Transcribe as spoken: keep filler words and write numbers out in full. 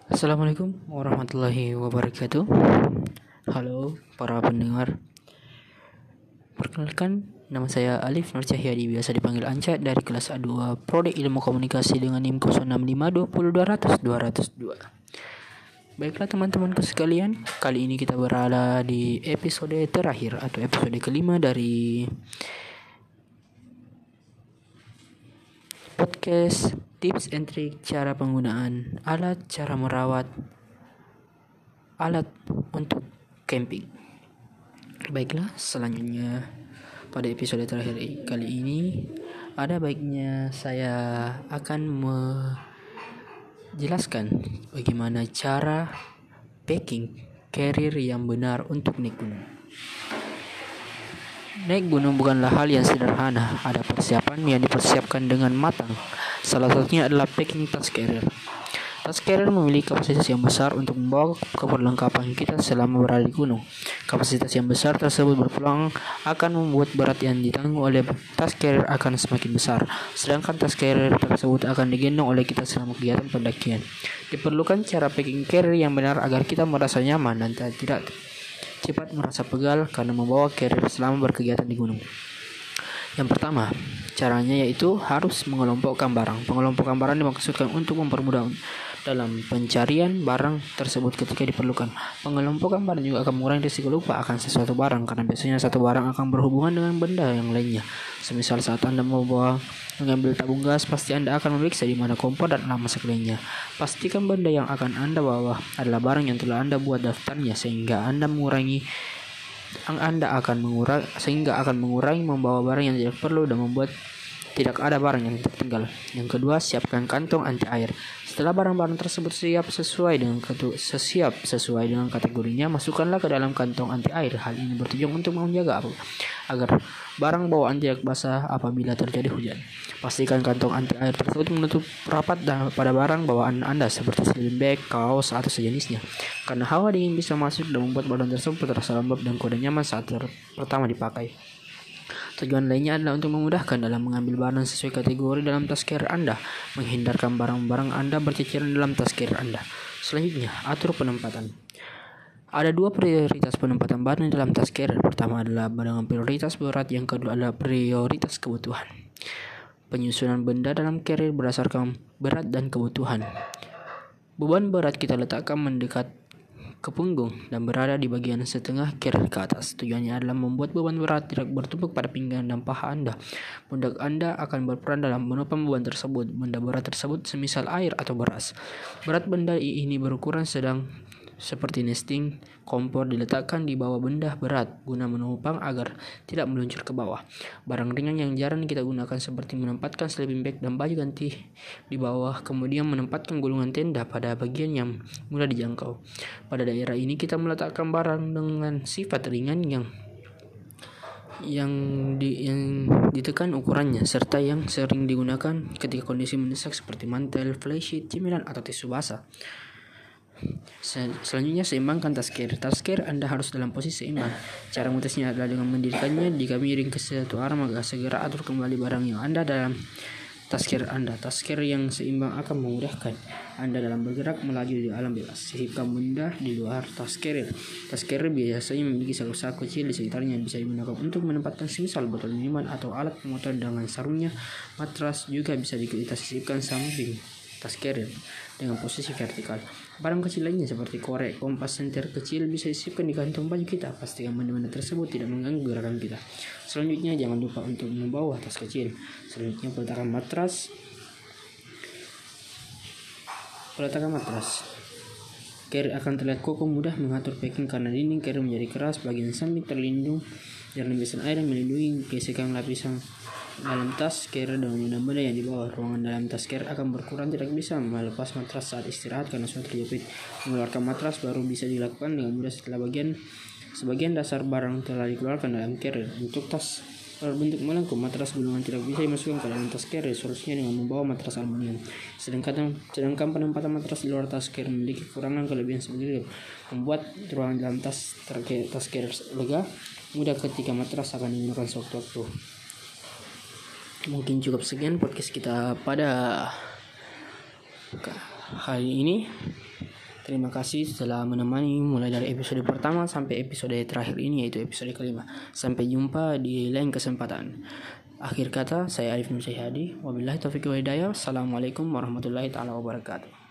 Assalamualaikum warahmatullahi wabarakatuh. Halo para pendengar. Perkenalkan, nama saya Alif Nur Cahyadi, biasa dipanggil Anca, dari kelas A dua Prodi Ilmu Komunikasi dengan NIM nol enam lima dua nol dua nol nol dua nol dua. Baiklah teman-temanku sekalian, kali ini kita berada di episode terakhir atau episode kelima dari podcast tips and trik cara penggunaan alat, cara merawat alat untuk camping. Baiklah, selanjutnya pada episode terakhir kali ini ada baiknya saya akan menjelaskan bagaimana cara packing carrier yang benar untuk naik gunung. Naik gunung bukanlah hal yang sederhana, ada persiapan yang dipersiapkan dengan matang. Salah satunya adalah packing tas carrier. Tas carrier memiliki kapasitas yang besar untuk membawa keperlengkapan kita selama berada di gunung. Kapasitas yang besar tersebut berpeluang akan membuat berat yang ditanggung oleh tas carrier akan semakin besar, sedangkan tas carrier tersebut akan digendong oleh kita selama kegiatan pendakian. Diperlukan cara packing carrier yang benar agar kita merasa nyaman dan tidak cepat merasa pegal karena membawa carrier selama berkegiatan di gunung. Yang pertama, caranya yaitu harus mengelompokkan barang. Pengelompokan barang dimaksudkan untuk mempermudah dalam pencarian barang tersebut ketika diperlukan. Pengelompokan barang juga akan mengurangi risiko lupa akan sesuatu barang, karena biasanya satu barang akan berhubungan dengan benda yang lainnya. Semisal saat Anda membawa mengambil tabung gas, pasti Anda akan memeriksa di mana kompor dan alat masak lainnya. Pastikan benda yang akan Anda bawa adalah barang yang telah Anda buat daftarnya, sehingga Anda mengurangi Anda akan mengurangi sehingga akan mengurangi membawa barang yang tidak perlu dan membuat tidak ada barang yang tertinggal. Yang kedua, siapkan kantong anti air. Setelah barang-barang tersebut siap sesuai dengan sesiap sesuai dengan kategorinya, masukkanlah ke dalam kantong anti air. Hal ini bertujuan untuk menjaga agar barang bawaan tidak basah apabila terjadi hujan. Pastikan kantong anti air tersebut menutup rapat pada barang bawaan Anda seperti sleeping bag, kaos, atau sejenisnya, karena hawa dingin bisa masuk dan membuat barang tersebut terasa lembab dan kurang nyaman saat ter- pertama dipakai. Tujuan lainnya adalah untuk memudahkan dalam mengambil barang sesuai kategori dalam tas carrier Anda, menghindarkan barang-barang Anda berceceran dalam tas carrier Anda. Selanjutnya, atur penempatan. Ada dua prioritas penempatan barang dalam tas carrier. Pertama adalah dengan prioritas berat, yang kedua adalah prioritas kebutuhan. Penyusunan benda dalam carrier berdasarkan berat dan kebutuhan. Beban berat kita letakkan mendekat ke punggung dan berada di bagian setengah carrier ke atas. Tujuannya adalah membuat beban berat tidak bertumpuk pada pinggang dan paha Anda. Pundak Anda akan berperan dalam menopang beban tersebut. Benda berat tersebut semisal air atau beras. Berat benda ini berukuran sedang seperti nesting kompor diletakkan di bawah benda berat guna menopang agar tidak meluncur ke bawah. Barang ringan yang jarang kita gunakan seperti menempatkan sleeping bag dan baju ganti di bawah, kemudian menempatkan gulungan tenda pada bagian yang mudah dijangkau. Pada daerah ini kita meletakkan barang dengan sifat ringan yang yang, di, yang ditekan ukurannya serta yang sering digunakan ketika kondisi mendesak seperti mantel, flysheet, cemilan, atau tisu basah. Selanjutnya, seimbangkan tas carrier. Tas carrier Anda harus dalam posisi seimbang. Cara mengatasinya adalah dengan mendirikannya jika miring ke satu arah, maka segera atur kembali barang yang Anda dalam tas carrier Anda. Tas carrier yang seimbang akan memudahkan Anda dalam bergerak melaju di alam bebas. Sisipkan benda di luar tas carrier. Tas carrier biasanya memiliki saku-saku kecil di sekitarnya yang bisa digunakan untuk menempatkan semisal botol minuman atau alat pemotor dengan sarungnya. Matras juga bisa kita sisipkan samping tas carrier dengan posisi vertikal. Barang kecil lainnya seperti korek, kompas, senter kecil bisa disisipkan di kantong baju kita. Pastikan benda-benda tersebut tidak mengganggu gerakan kita. Selanjutnya, jangan lupa untuk membawa tas kecil. Selanjutnya, peletakan matras. Peletakan matras. Carrier akan terlihat kokoh, mudah mengatur packing karena dinding carrier menjadi keras, bagian samping terlindung dan lapisan air yang melindungi gesekan lapisan dalam tas carrier dengan benda-benda yang dibawa. Ruangan dalam tas carrier akan berkurang, tidak bisa melepas matras saat istirahat karena sudah terjepit. Mengeluarkan matras baru bisa dilakukan dengan mudah setelah bagian sebagian dasar barang telah dikeluarkan dalam carrier. Untuk tas berbentuk melengkung, matras gulungan tidak bisa dimasukkan ke dalam tas carrier, solusinya dengan membawa matras aluminium. Sedangkan sedangkan penempatan matras di luar tas carrier memiliki kekurangan kelebihan seperti itu, membuat ruangan dalam tas tas carrier lega, mudah ketika matras akan digunakan sewaktu-waktu. Mungkin cukup sekian podcast kita pada hari ini. Terima kasih telah menemani mulai dari episode pertama sampai episode terakhir ini, yaitu episode kelima. Sampai jumpa di lain kesempatan. Akhir kata, saya Arif Nusyihadi. Wabillahi taufiq wal hidayah. Assalamualaikum warahmatullahi taala wabarakatuh.